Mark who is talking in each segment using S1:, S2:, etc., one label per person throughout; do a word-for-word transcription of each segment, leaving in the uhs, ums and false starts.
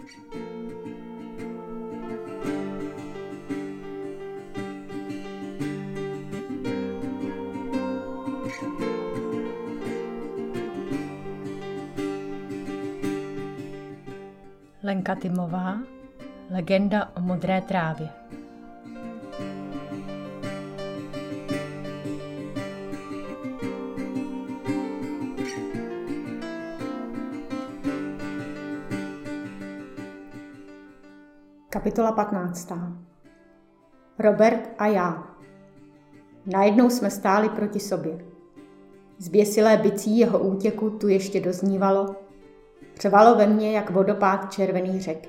S1: Lenka Tymová, Legenda o modré trávě.
S2: Kapitola patnáctá. Robert a já. Najednou jsme stáli proti sobě. Zběsilé bicí jeho útěku tu ještě doznívalo, řvalo ve mně jak vodopád červený řeky.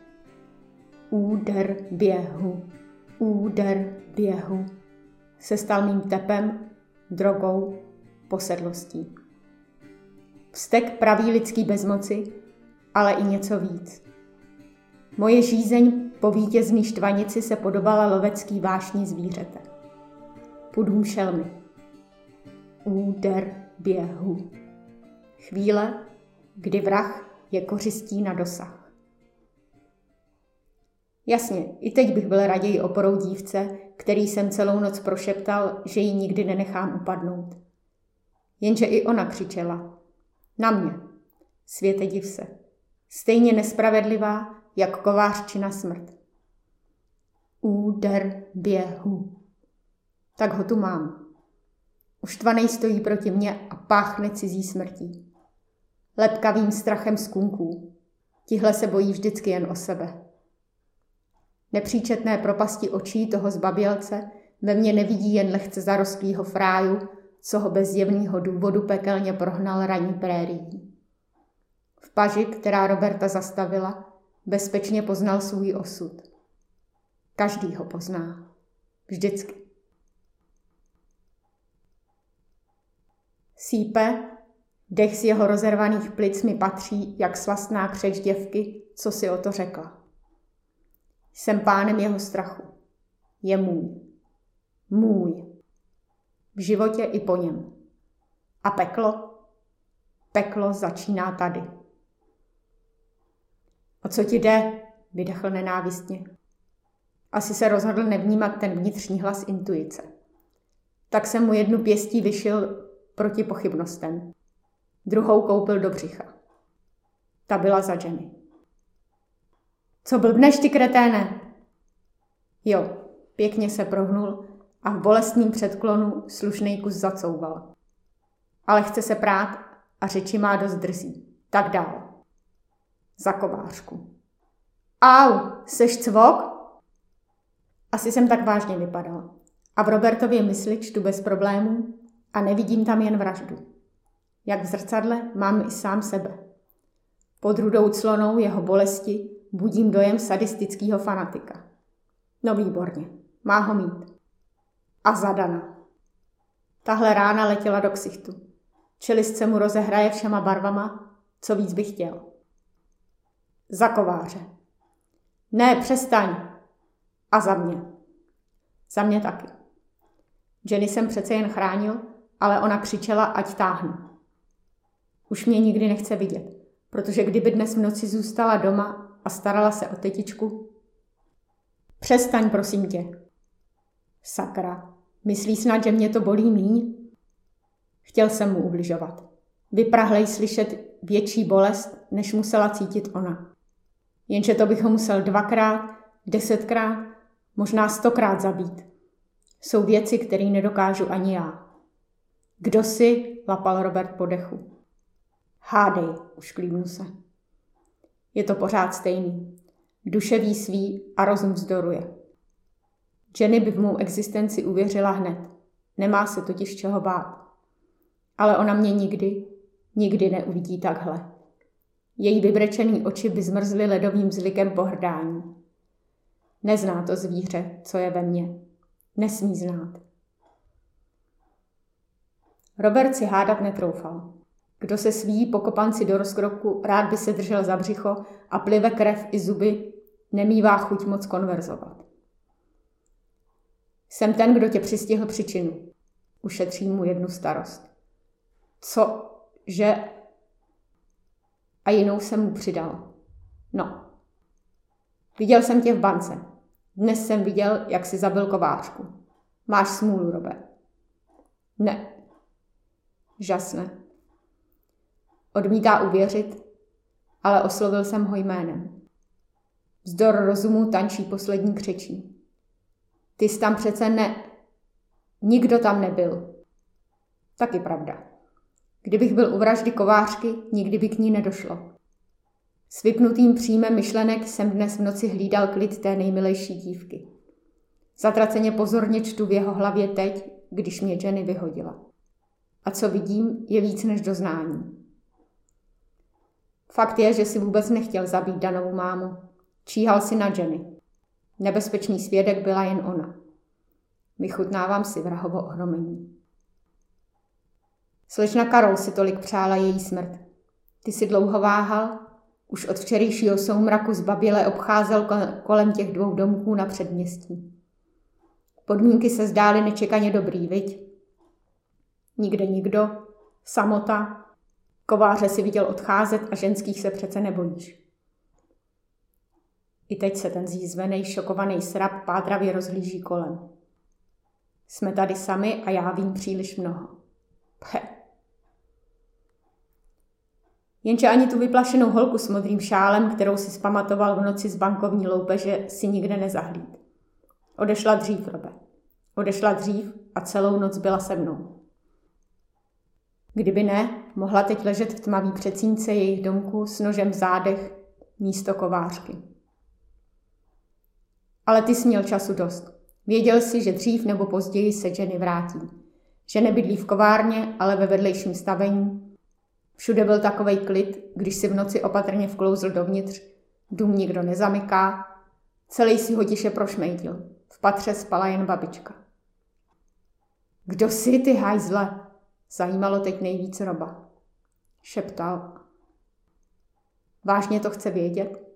S2: Úder běhu, úder běhu se stal mým tepem, drogou, posedlostí. Vztek pravý lidský bezmoci, ale i něco víc. Moje žízeň po vítězný štvanici se podobala lovecký vášní zvířete. Pudům šelmy. Úder běhu. Chvíle, kdy vrah je kořistí na dosah. Jasně, i teď bych byl raději oporou dívce, který jsem celou noc prošeptal, že ji nikdy nenechám upadnout. Jenže i ona křičela. Na mě. Světe div se. Stejně nespravedlivá, jak kovářčina smrt. Úder běhu. Tak ho tu mám. Uštvanej stojí proti mně a páchne cizí smrtí. Lepkavým strachem z kunků. Tihle se bojí vždycky jen o sebe. Nepříčetné propasti očí toho zbabělce ve mně nevidí jen lehce zarostlýho fráju, co ho bez zjevného důvodu pekelně prohnal raní prérií. V paži, která Roberta zastavila, bezpečně poznal svůj osud. Každý ho pozná. Vždycky. Sípe, dech z jeho rozervaných plic mi patří, jak svastná křeč děvky, co si o to řekla. Jsem pánem jeho strachu. Je můj. Můj. V životě i po něm. A peklo? Peklo začíná tady. O co ti jde? Vydechl nenávistně. Asi se rozhodl nevnímat ten vnitřní hlas intuice. Tak jsem mu jednu pěstí vyšil proti pochybnostem. Druhou koupil do břicha. Ta byla za Jenny. Co blbneš, ty kreténe? Jo, pěkně se prohnul a v bolestným předklonu slušnej kus zacouval. Ale chce se prát a řeči má dost drzí. Tak dál. Za kovářku. Au, seš cvok? Asi jsem tak vážně vypadal. A v Robertově mysli čtu bez problémů a nevidím tam jen vraždu. Jak v zrcadle mám i sám sebe. Pod rudou clonou jeho bolesti budím dojem sadistického fanatika. No výborně, má ho mít. A zadana. Tahle rána letěla do ksichtu. Čelist se mu rozehraje všema barvama, co víc bych chtěl. Za kováře. Ne, přestaň. A za mě. Za mě taky. Jenny jsem přece jen chránil, ale ona křičela, ať táhnu. Už mě nikdy nechce vidět, protože kdyby dnes v noci zůstala doma a starala se o tetičku. Přestaň, prosím tě. Sakra, myslíš snad, že mě to bolí míň? Chtěl jsem mu ubližovat. Vyprahlej slyšet větší bolest, než musela cítit ona. Jenže to bych ho musel dvakrát, desetkrát, možná stokrát zabít. Jsou věci, které nedokážu ani já. Kdo jsi? Lapal Robert po dechu. Hádej, ušklíbnu se. Je to pořád stejný. Duše ví svý a rozum vzdoruje. Jenny by v mou existenci uvěřila hned. Nemá se totiž čeho bát. Ale ona mě nikdy, nikdy neuvidí takhle. Její vybrečený oči by zmrzly ledovým zlikem pohrdání. Nezná to zvíře, co je ve mně. Nesmí znát. Robert si hádat netroufal. Kdo se svíjí po kopanci do rozkroku, rád by se držel za břicho a plive krev i zuby, nemívá chuť moc konverzovat. Jsem ten, kdo tě přistihl při činu. Ušetří mu jednu starost. Co, že... A jinou jsem mu přidal. No, Viděl jsem tě v bance. Dnes jsem viděl, jak jsi zabil kovářku. Máš smůlu, Robert. Ne. Žasne. Odmítá uvěřit, ale oslovil jsem ho jménem. Vzdor rozumu tančí poslední křečí. Ty jsi tam přece ne... Nikdo tam nebyl. Taky pravda. Kdybych byl u vraždy kovářky, nikdy by k ní nedošlo. S vypnutým příjmem myšlenek jsem dnes v noci hlídal klid té nejmilejší dívky. Zatraceně pozorně čtu v jeho hlavě teď, když mě Jenny vyhodila. A co vidím, je víc než doznání. Fakt je, že si vůbec nechtěl zabít Danovu mámu. Číhal si na Jenny. Nebezpečný svědek byla jen ona. Vychutnávám si vrahovo ohromení. Slečna Karol si tolik přála její smrt. Ty si dlouho váhal? Už od včerejšího soumraku zbaběle obcházel kolem těch dvou domků na předměstí. Podmínky se zdály nečekaně dobrý, viď? Nikde nikdo, samota, kováře si viděl odcházet a ženských se přece nebojíš. I teď se ten zjízvený, šokovaný srab pátravě rozhlíží kolem. Jsme tady sami a já vím příliš mnoho. Pche. Jenže ani tu vyplašenou holku s modrým šálem, kterou si zpamatoval v noci z bankovní loupeže, si nikde nezahlíd. Odešla dřív, Robe. Odešla dřív a celou noc byla se mnou. Kdyby ne, mohla teď ležet v tmavý předsínce jejich domku s nožem v zádech místo kovářky. Ale ty jsi měl času dost. Věděl si, že dřív nebo později se Jenny vrátí. Že nebydlí v kovárně, ale ve vedlejším stavení. Všude byl takovej klid, když si v noci opatrně vklouzl dovnitř. Dům nikdo nezamyká. Celý si ho tiše prošmejtil. V patře spala jen babička. Kdo jsi, ty hajzle? Zajímalo teď nejvíc Roba. Šeptal. Vážně to chce vědět?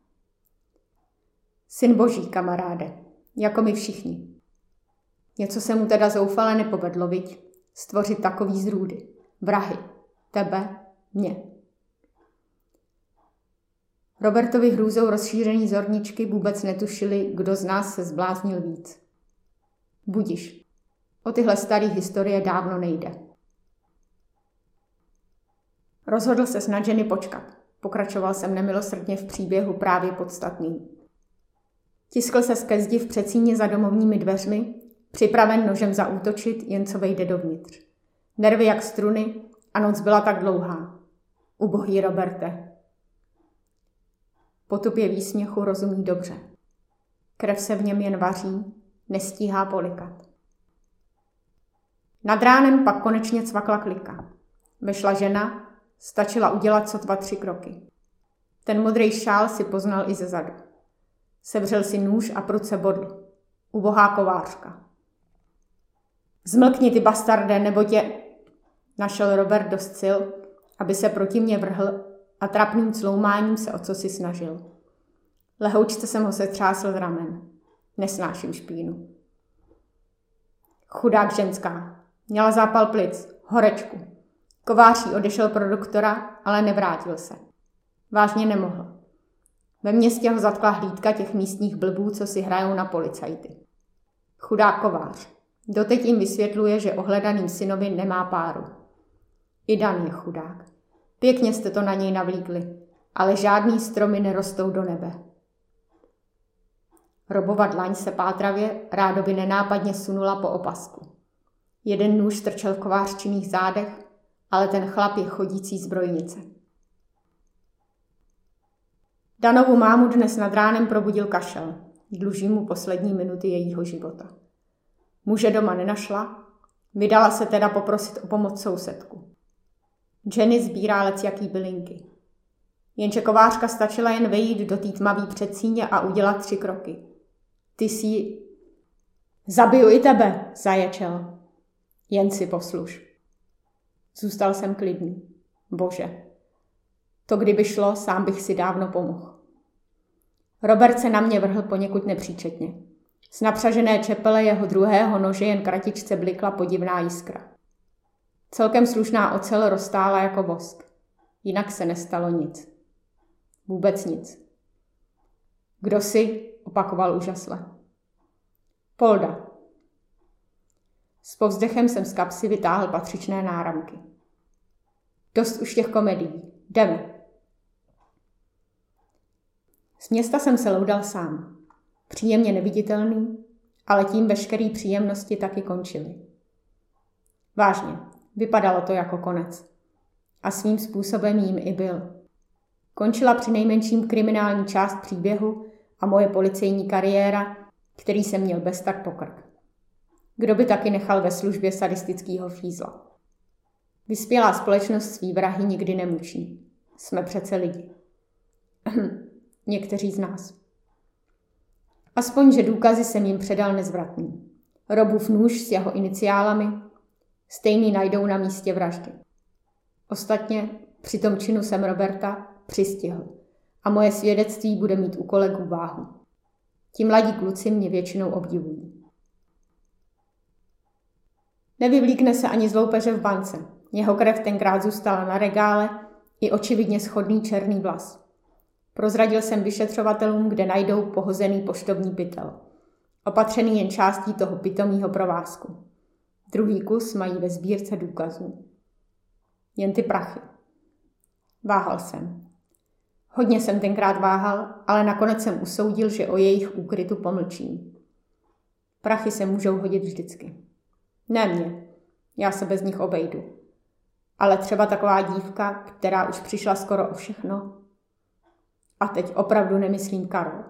S2: Syn boží, kamaráde. Jako my všichni. Něco se mu teda zoufale nepovedlo, viď? Stvořit takový zrůdy. Vrahy. Tebe. Mě. Robertovi hrůzou rozšířený zorničky vůbec netušili, kdo z nás se zbláznil víc. Budiš. O tyhle staré historie dávno nejde. Rozhodl se na Jenny počkat. Pokračoval jsem nemilosrdně v příběhu právě podstatný. Tiskl se ke zdi v předsíně za domovními dveřmi, připraven nožem zaútočit, jen co vejde dovnitř. Nervy jak struny a noc byla tak dlouhá. Ubohý Roberte. Potupě výsměchu rozumí dobře. Krev se v něm jen vaří, nestíhá polikat. Nad ránem pak konečně cvakla klika. Vešla žena, stačila udělat sotva tři kroky. Ten modrý šál si poznal i ze zadu. Sevřel si nůž a pruce bodl. Ubohá kovářka. Zmlkni, ty bastarde, nebo tě... Našel Robert dost sil, aby se proti mně vrhl a trapným cloumáním se o co si snažil. Lehoučce jsem ho setřásl z ramen. Nesnáším špínu. Chudák ženská. Měla zápal plic, horečku. Kovář jí odešel pro doktora, ale nevrátil se. Vážně nemohl. Ve městě ho zatkla hlídka těch místních blbů, co si hrajou na policajty. Chudák kovář. Doteď jim vysvětluje, že ohledaným synovi nemá páru. I Dan je chudák. Pěkně jste to na něj navlíkli, ale žádný stromy nerostou do nebe. Robova dlaň se pátravě rádoby nenápadně sunula po opasku. Jeden nůž strčel v kovářčiných zádech, ale ten chlap je chodící zbrojnice. Danovu mámu dnes nad ránem probudil kašel. Dluží mu poslední minuty jejího života. Muže doma nenašla, vydala se teda poprosit o pomoc sousedku. Jenny sbírá lecjaký bylinky. Jenže kovářka stačila jen vejít do té tmavý předsíně a udělat tři kroky. Ty si... Zabiju i tebe, zaječel. Jen si posluš. Zůstal jsem klidný. Bože. To kdyby šlo, sám bych si dávno pomohl. Robert se na mě vrhl poněkud nepříčetně. Z napřažené čepele jeho druhého nože jen kratičce blikla podivná jiskra. Celkem slušná ocel roztála jako vosk. Jinak se nestalo nic. Vůbec nic. Kdo jsi? Opakoval úžasle. Polda. S povzdechem jsem z kapsy vytáhl patřičné náramky. Dost už těch komedií. Jdeme. Z města jsem se loudal sám. Příjemně neviditelný, ale tím veškeré příjemnosti taky končily. Vážně, vypadalo to jako konec. A svým způsobem jím i byl. Končila přinejmenším kriminální část příběhu a moje policejní kariéra, který jsem měl bez tak pokrk. Kdo by taky nechal ve službě sadistického fízla? Vyspělá společnost svý vrahy nikdy nemučí. Jsme přece lidi. Někteří z nás. Aspoň, že důkazy jsem jim předal nezvratný. Robův nůž s jeho iniciálami, stejný najdou na místě vraždy. Ostatně při tom činu jsem Roberta přistihl a moje svědectví bude mít u kolegů váhu. Ti mladí kluci mě většinou obdivují. Nevyvlíkne se ani z loupeže v bance. Jeho krev tenkrát zůstala na regále i očividně schodný černý vlas. Prozradil jsem vyšetřovatelům, kde najdou pohozený poštovní pytel. Opatřený jen částí toho pitomýho provázku. Druhý kus mají ve sbírce důkazů. Jen ty prachy. Váhal jsem. Hodně jsem tenkrát váhal, ale nakonec jsem usoudil, že o jejich úkrytu pomlčím. Prachy se můžou hodit vždycky. Ne mě, já se bez nich obejdu. Ale třeba taková dívka, která už přišla skoro o všechno. A teď opravdu nemyslím Karol.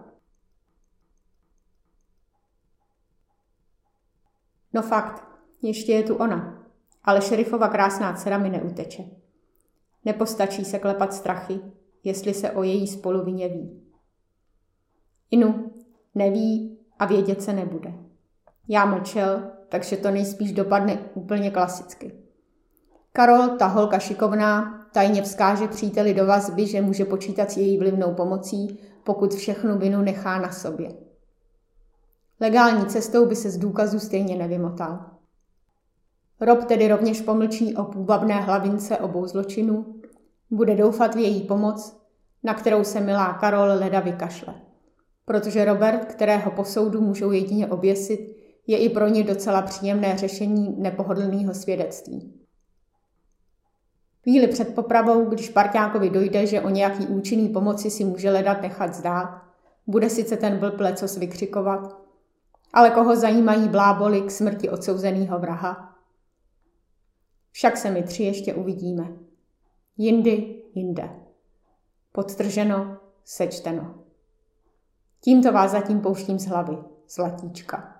S2: No fakt, ještě je tu ona, ale šerifova krásná dcera mi neuteče. Nepostačí se klepat strachy, jestli se o její spoluvině ví. Inu, neví a vědět se nebude. Já mlčel, takže to nejspíš dopadne úplně klasicky. Karol, ta holka šikovná, tajně vzkáže příteli do vazby, že může počítat s její vlivnou pomocí, pokud všechnu vinu nechá na sobě. Legální cestou by se z důkazu stejně nevymotal. Rob tedy rovněž pomlčí o půvabné hlavince obou zločinů, bude doufat v její pomoc, na kterou se milá Karol leda vykašle. Protože Robert, kterého po soudu můžou jedině oběsit, je i pro ně docela příjemné řešení nepohodlného svědectví. Chvíli před popravou, když parťákovi dojde, že o nějaký účinný pomoci si může ledat nechat zdát, bude sice ten blb lecos vykřikovat, ale koho zajímají bláboli k smrti odsouzenýho vraha? Však se my tři ještě uvidíme. Jindy, jinde. Podtrženo, sečteno. Tímto vás zatím pouštím z hlavy, zlatíčka.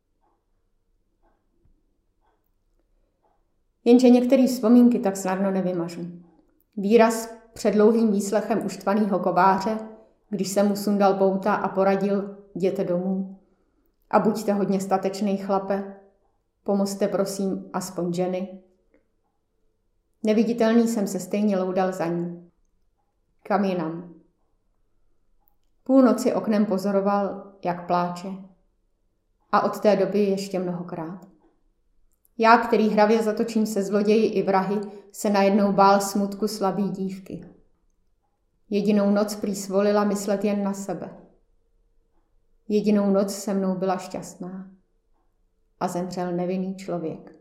S2: Jenže některé vzpomínky tak snadno nevymažu. Výraz před dlouhým výslechem uštvanýho kováře, když se mu sundal pouta a poradil, jděte domů. A buďte hodně statečnej chlape, pomozte prosím aspoň ženy. Neviditelný jsem se stejně loudal za ní. Kam jinam? Půlnoci oknem pozoroval, jak pláče. A od té doby ještě mnohokrát. Já, který hravě zatočím se zloději i vrahy, se najednou bál smutku slabý dívky. Jedinou noc prý svolila myslet jen na sebe. Jedinou noc se mnou byla šťastná. A zemřel nevinný člověk.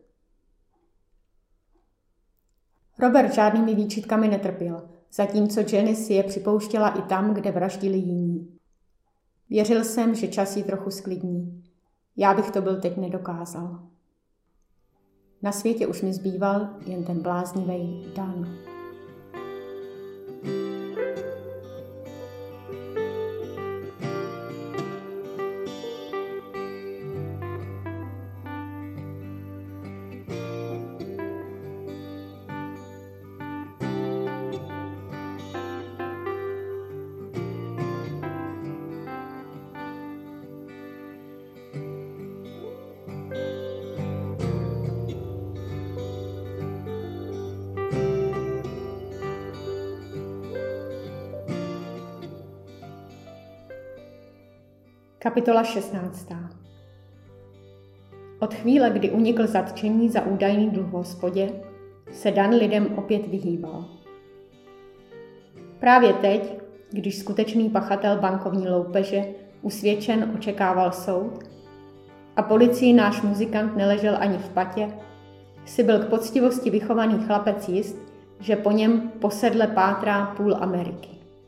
S2: Robert žádnými výčitkami netrpěl, zatímco Jenny si je připouštěla i tam, kde vraždili jiní. Věřil jsem, že čas jí trochu sklidní. Já bych to byl teď nedokázal. Na světě už mi zbýval jen ten bláznivý Dan. Kapitola šestnáctá. Od chvíle, kdy unikl zatčení za údajný dluh v hospodě, se Dan lidem opět vyhýbal. Právě teď, když skutečný pachatel bankovní loupeže usvědčen očekával soud a policii náš muzikant neležel ani v patě, si byl k poctivosti vychovaný chlapec jist, že po něm posedle pátrá půl Ameriky.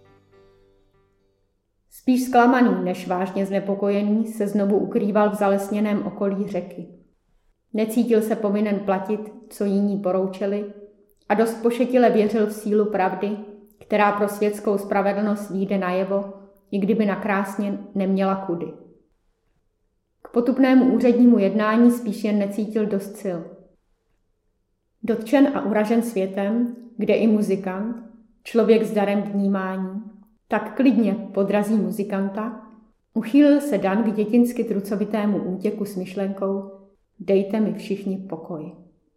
S2: Spíš zklamaný než vážně znepokojený se znovu ukrýval v zalesněném okolí řeky. Necítil se povinen platit, co jiní poroučeli, a dost pošetile věřil v sílu pravdy, která pro světskou spravedlnost vyjde najevo, i kdyby nakrásně neměla kudy. K potupnému úřednímu jednání spíš jen necítil dost sil. Dotčen a uražen světem, kde i muzikant, člověk s darem vnímání, tak klidně podrazí muzikanta, uchýlil se Dan k dětinsky trucovitému útěku s myšlenkou dejte mi všichni pokoj.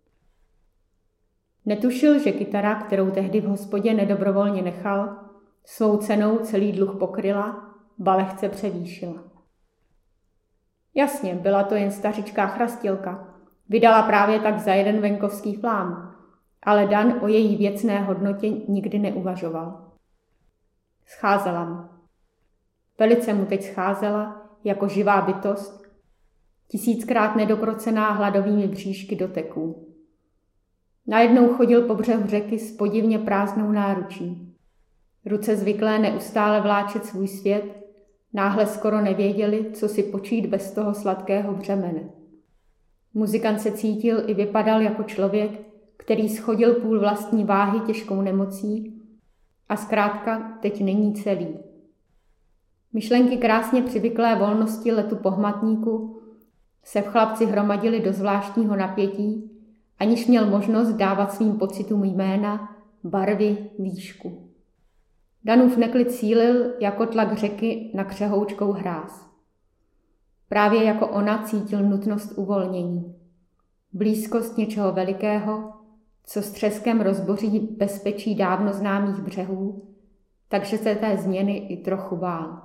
S2: Netušil, že kytara, kterou tehdy v hospodě nedobrovolně nechal, svou cenou celý dluh pokryla, ba lehce převýšila. Jasně, byla to jen stařičká chrastilka, vydala právě tak za jeden venkovský flám, ale Dan o její věcné hodnotě nikdy neuvažoval. Scházela mu. Velice mu teď scházela jako živá bytost, tisíckrát nedokrocená hladovými bříšky doteků. Najednou chodil po břehu řeky s podivně prázdnou náručí. Ruce zvyklé neustále vláčet svůj svět, náhle skoro nevěděli, co si počít bez toho sladkého břemene. Muzikant se cítil i vypadal jako člověk, který schodil půl vlastní váhy těžkou nemocí a zkrátka teď není celý. Myšlenky krásně přivyklé volnosti letu pohmatníku se v chlapci hromadily do zvláštního napětí, aniž měl možnost dávat svým pocitům jména, barvy, výšku. Danův neklid sílil jako tlak řeky na křehoučkou hráz. Právě jako ona cítil nutnost uvolnění. Blízkost něčeho velikého, co s třeskem rozboří bezpečí dávno známých břehů, takže se té změny i trochu bál.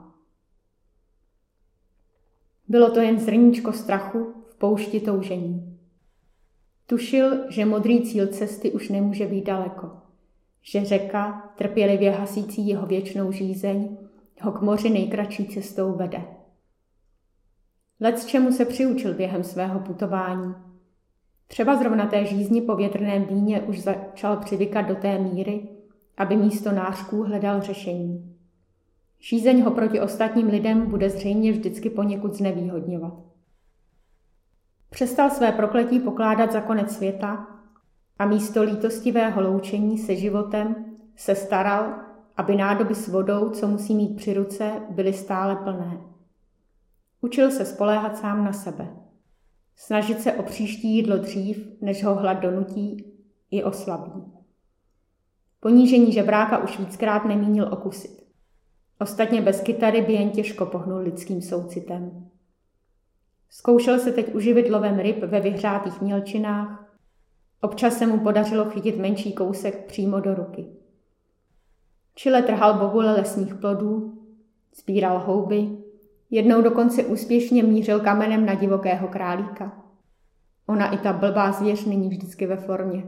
S2: Bylo to jen zrníčko strachu v poušti toužení. Tušil, že modrý cíl cesty už nemůže být daleko, že řeka, trpělivě hasící jeho věčnou žízeň, ho k moři nejkratší cestou vede. Lec čemu se přiučil během svého putování. Třeba zrovna té žízni po větrném víně už začal přivykat do té míry, aby místo nářků hledal řešení. Žízeň ho proti ostatním lidem bude zřejmě vždycky poněkud znevýhodňovat. Přestal své prokletí pokládat za konec světa a místo lítostivého loučení se životem se staral, aby nádoby s vodou, co musí mít při ruce, byly stále plné. Učil se spoléhat sám na sebe. Snažit se o příští jídlo dřív, než ho hlad donutí, i oslabí. Ponížení žebráka už víckrát nemínil okusit. Ostatně bez kytary by jen těžko pohnul lidským soucitem. Zkoušel se teď uživit lovem ryb ve vyhřátých mělčinách. Občas se mu podařilo chytit menší kousek přímo do ruky. Čile trhal bobule lesních plodů, sbíral houby, jednou dokonce úspěšně mířil kamenem na divokého králíka. Ona i ta blbá zvěř není vždycky ve formě.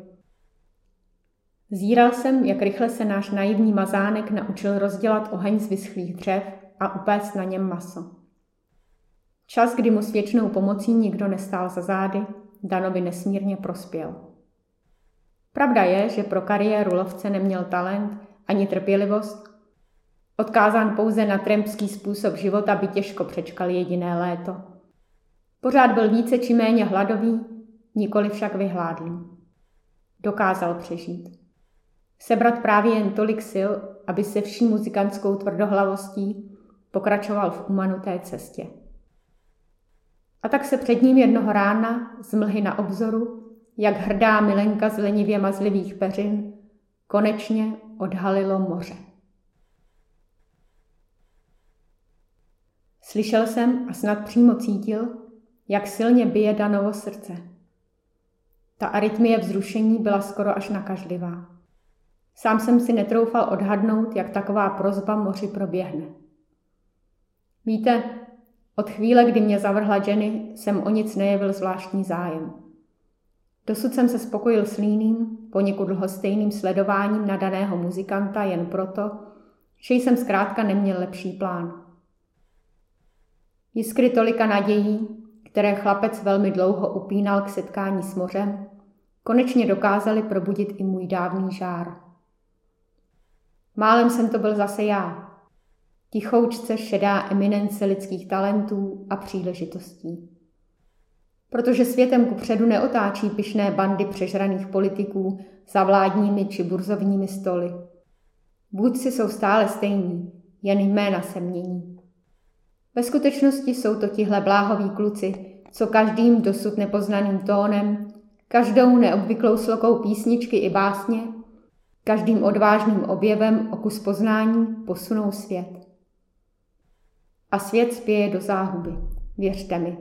S2: Zíral jsem, jak rychle se náš naivní mazánek naučil rozdělat oheň z vyschlých dřev a upéct na něm maso. Čas, kdy mu s věčnou pomocí nikdo nestál za zády, Danovi nesmírně prospěl. Pravda je, že pro kariéru lovce neměl talent ani trpělivost. Odkázán pouze na trampský způsob života by těžko přečkal jediné léto. Pořád byl více či méně hladový, nikoli však vyhládlý. Dokázal přežít. Sebrat právě jen tolik sil, aby se vší muzikantskou tvrdohlavostí pokračoval v umanuté cestě. A tak se před ním jednoho rána z mlhy na obzoru, jak hrdá milenka z lenivě mazlivých peřin, konečně odhalilo moře. Slyšel jsem a snad přímo cítil, jak silně bije Danovo srdce. Ta arytmie vzrušení byla skoro až nakažlivá. Sám jsem si netroufal odhadnout, jak taková prosba moři proběhne. Víte, od chvíle, kdy mě zavrhla Jenny, jsem o nic nejevil zvláštní zájem. Dosud jsem se spokojil s líným, poněkud lhostejným sledováním nadaného muzikanta jen proto, že jsem zkrátka neměl lepší plán. Jiskry tolika nadějí, které chlapec velmi dlouho upínal k setkání s mořem, konečně dokázali probudit i můj dávný žár. Málem jsem to byl zase já, tichoučce šedá eminence lidských talentů a příležitostí. Protože světem kupředu neotáčí pyšné bandy přežraných politiků za vládními či burzovními stoly. Vůdci jsou stále stejní, jen jména se mění. Ve skutečnosti jsou to tihle bláhoví kluci, co každým dosud nepoznaným tónem, každou neobvyklou slokou písničky i básně, každým odvážným objevem o kus poznání posunou svět. A svět spěje do záhuby, věřte mi.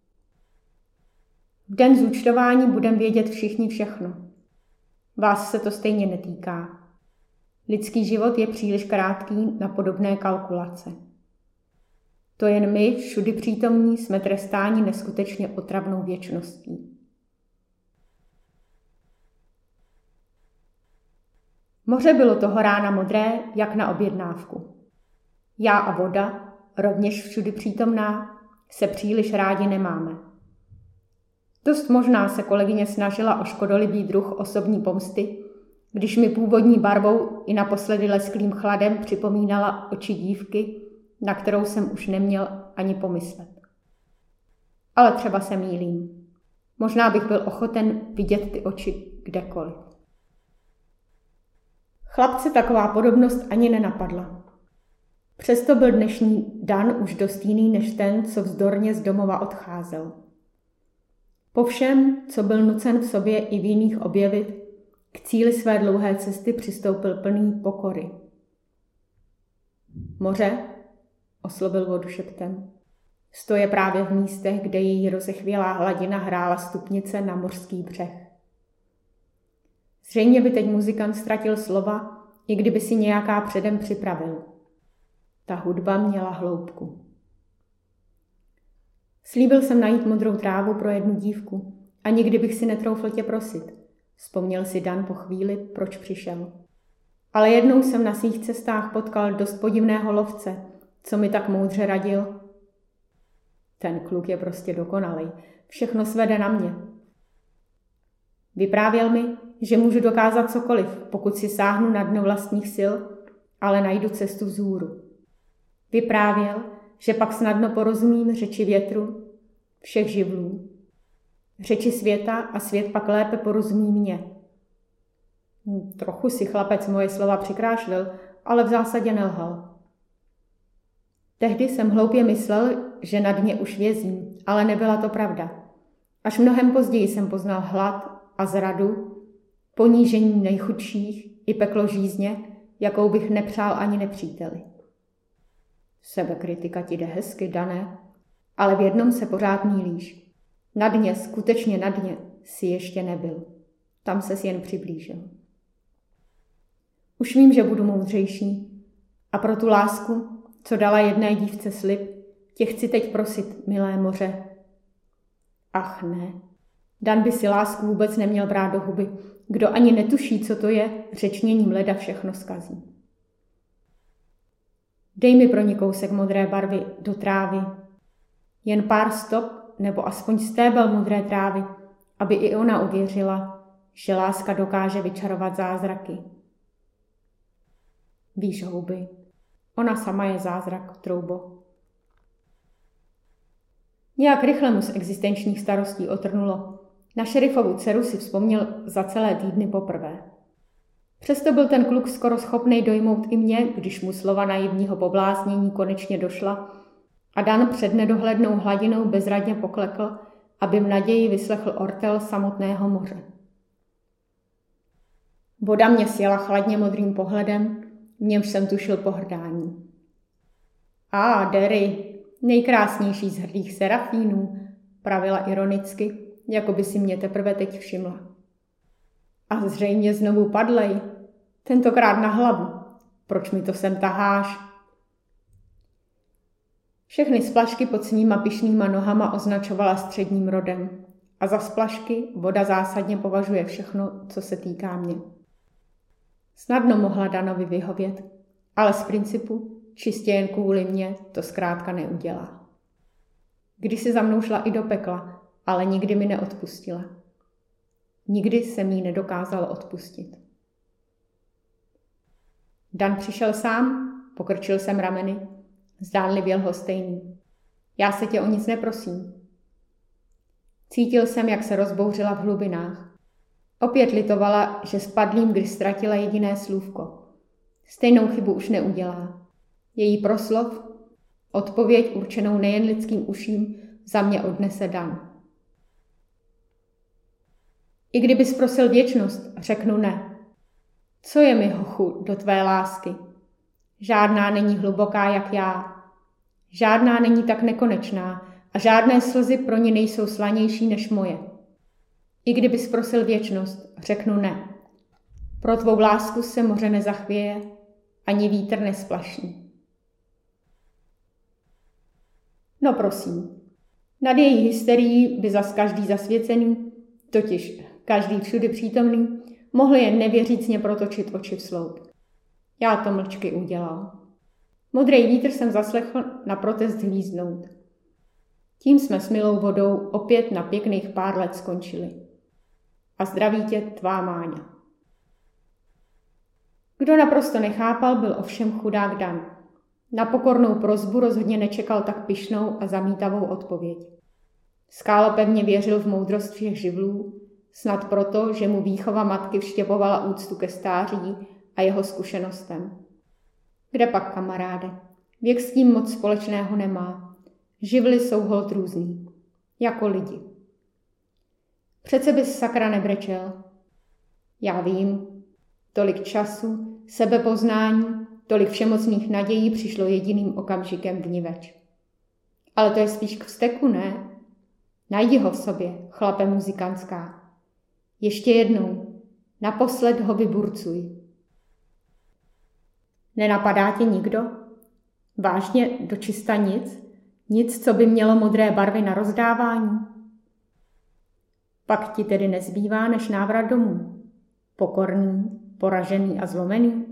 S2: V den zúčtování budeme vědět všichni všechno. Vás se to stejně netýká. Lidský život je příliš krátký na podobné kalkulace. To jen my, všudy přítomní, jsme trestáni neskutečně otravnou věčností. Moře bylo toho rána modré, jak na objednávku. Já a voda, rovněž všudy přítomná, se příliš rádi nemáme. Dost možná se kolegyně snažila o škodolibý druh osobní pomsty, když mi původní barvou i naposledy lesklým chladem připomínala oči dívky, na kterou jsem už neměl ani pomyslet. Ale třeba se mýlím. Možná bych byl ochoten vidět ty oči kdekoliv. Chlapce taková podobnost ani nenapadla. Přesto byl dnešní Dan už dost jiný než ten, co vzdorně z domova odcházel. Po všem, co byl nucen v sobě i v jiných objevit, k cíli své dlouhé cesty přistoupil plný pokory. Moře, oslovil vodu šeptem, stoje právě v místech, kde její rozechvělá hladina hrála stupnice na mořský břeh. Zřejmě by teď muzikant ztratil slova, i kdyby si nějaká předem připravil. Ta hudba měla hloubku. Slíbil jsem najít modrou trávu pro jednu dívku a nikdy bych si netroufl tě prosit. Vzpomněl si Dan po chvíli, proč přišel. Ale jednou jsem na svých cestách potkal dost podivného lovce, co mi tak moudře radil. Ten kluk je prostě dokonalý, všechno svede na mě. Vyprávěl mi, že můžu dokázat cokoliv, pokud si sáhnu na dno vlastních sil, ale najdu cestu vzhůru. Vyprávěl, že pak snadno porozumím řeči větru, všech živlů, řeči světa a svět pak lépe porozumí mě. Trochu si chlapec moje slova přikrášlil, ale v zásadě nelhal. Tehdy jsem hloupě myslel, že na dně už vězím, ale nebyla to pravda. Až mnohem později jsem poznal hlad a zradu, ponížení nejchudších i peklo žízně, jakou bych nepřál ani nepříteli. Sebekritika ti jde hezky, Dané, ale v jednom se pořád mýlíš. Na dně, skutečně na dně, si ještě nebyl. Tam ses jen přiblížil. Už vím, že budu moudřejší a pro tu lásku, co dala jedné dívce slib, tě chci teď prosit, milé moře. Ach ne, Dan by si lásku vůbec neměl brát do huby. Kdo ani netuší, co to je, řečněním leda všechno zkazí. Dej mi pro ní kousek modré barvy do trávy. Jen pár stop, nebo aspoň stébel modré trávy, aby i ona uvěřila, že láska dokáže vyčarovat zázraky. Víš, houby, ona sama je zázrak, troubo. Nějak rychle mu z existenčních starostí otrnulo. Na šerifovu dceru si vzpomněl za celé týdny poprvé. Přesto byl ten kluk skoro schopný dojmout i mě, když mu slova naivního pobláznění konečně došla a Dan před nedohlednou hladinou bezradně poklekl, aby v naději vyslechl ortel samotného moře. Voda mě sjela chladně modrým pohledem, v němž jsem tušil pohrdání. A, Derry, nejkrásnější z hrdých serafínů, pravila ironicky, jako by si mě teprve teď všimla. A zřejmě znovu padlej, tentokrát na hlavu. Proč mi to sem taháš? Všechny splašky pod svýma pyšnýma nohama označovala středním rodem a za splašky voda zásadně považuje všechno, co se týká mě. Snadno mohla Danovi vyhovět, Ale z principu, čistě jen kvůli mně, to zkrátka neudělá. Když si za mnou šla i do pekla, ale nikdy mi neodpustila. Nikdy jsem jí nedokázal odpustit. Dan přišel sám, pokrčil jsem rameny, zdánlivě lhostejný. Já se tě o nic neprosím. Cítil jsem, jak se rozbouřila v hlubinách. Opět litovala, že spadlým, když ztratila jediné slůvko. Stejnou chybu už neudělá. Její proslov, odpověď určenou nejen lidským uším, za mě odnese Dan. I kdybys prosil věčnost, řeknu ne. Co je mi, hochu, do tvé lásky? Žádná není hluboká jak já. Žádná není tak nekonečná a žádné slzy pro ní nejsou slanější než moje. I kdybys prosil věčnost, řeknu ne. Pro tvou lásku se moře nezachvěje, ani vítr nesplašní. No prosím, nad její hysterií by zas každý zasvěcený, totiž každý všudy přítomný, mohl jen nevěřícně protočit oči v sloup. Já to mlčky udělal. Modrý vítr jsem zaslechl na protest hvízdnout. Tím jsme s milou vodou opět na pěkných pár let skončili. A zdraví tě, tvá Máňa. Kdo naprosto nechápal, byl ovšem chudák Dan. Na pokornou prosbu rozhodně nečekal tak pyšnou a zamítavou odpověď. Skálopevně věřil v moudrost všech živlů, snad proto, že mu výchova matky vštěpovala úctu ke stáří a jeho zkušenostem. Kde pak, kamaráde? Věk s tím moc společného nemá. Živly jsou holt různý. Jako lidi. Přece bys sakra nebrečel. Já vím. Tolik času, sebepoznání, tolik všemocných nadějí přišlo jediným okamžikem dniveč. Ale to je spíš k vzteku, ne? Najdi ho v sobě, chlape muzikantská. Ještě jednou. Naposled ho vyburcuj. Nenapadá tě nikdo? Vážně dočista nic? Nic, co by mělo modré barvy na rozdávání? Pak ti tedy nezbývá než návrat domů. Pokorný, poražený a zlomený?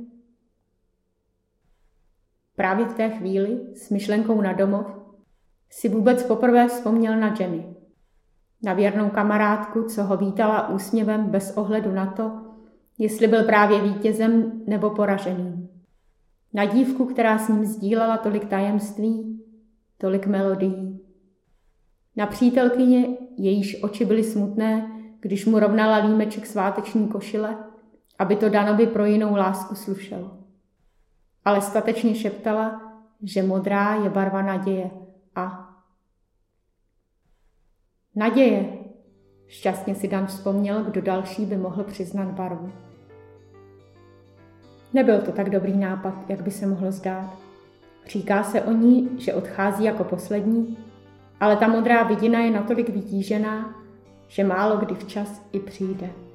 S2: Právě v té chvíli, s myšlenkou na domov, si vůbec poprvé vzpomněl na Jenny. Na věrnou kamarádku, co ho vítala úsměvem bez ohledu na to, jestli byl právě vítězem nebo poraženým. Na dívku, která s ním sdílela tolik tajemství, tolik melodií. Na přítelkyně, jejíž oči byly smutné, když mu rovnala límeček sváteční košile, aby to Danovi pro jinou lásku slušelo. Ale statečně šeptala, že modrá je barva naděje a... Naděje! Šťastně si Dan vzpomněl, kdo další by mohl přiznat barvu. Nebyl to tak dobrý nápad, jak by se mohlo zdát. Říká se o ní, že odchází jako poslední, ale ta modrá vidina je natolik vytížená, že málo kdy včas i přijde.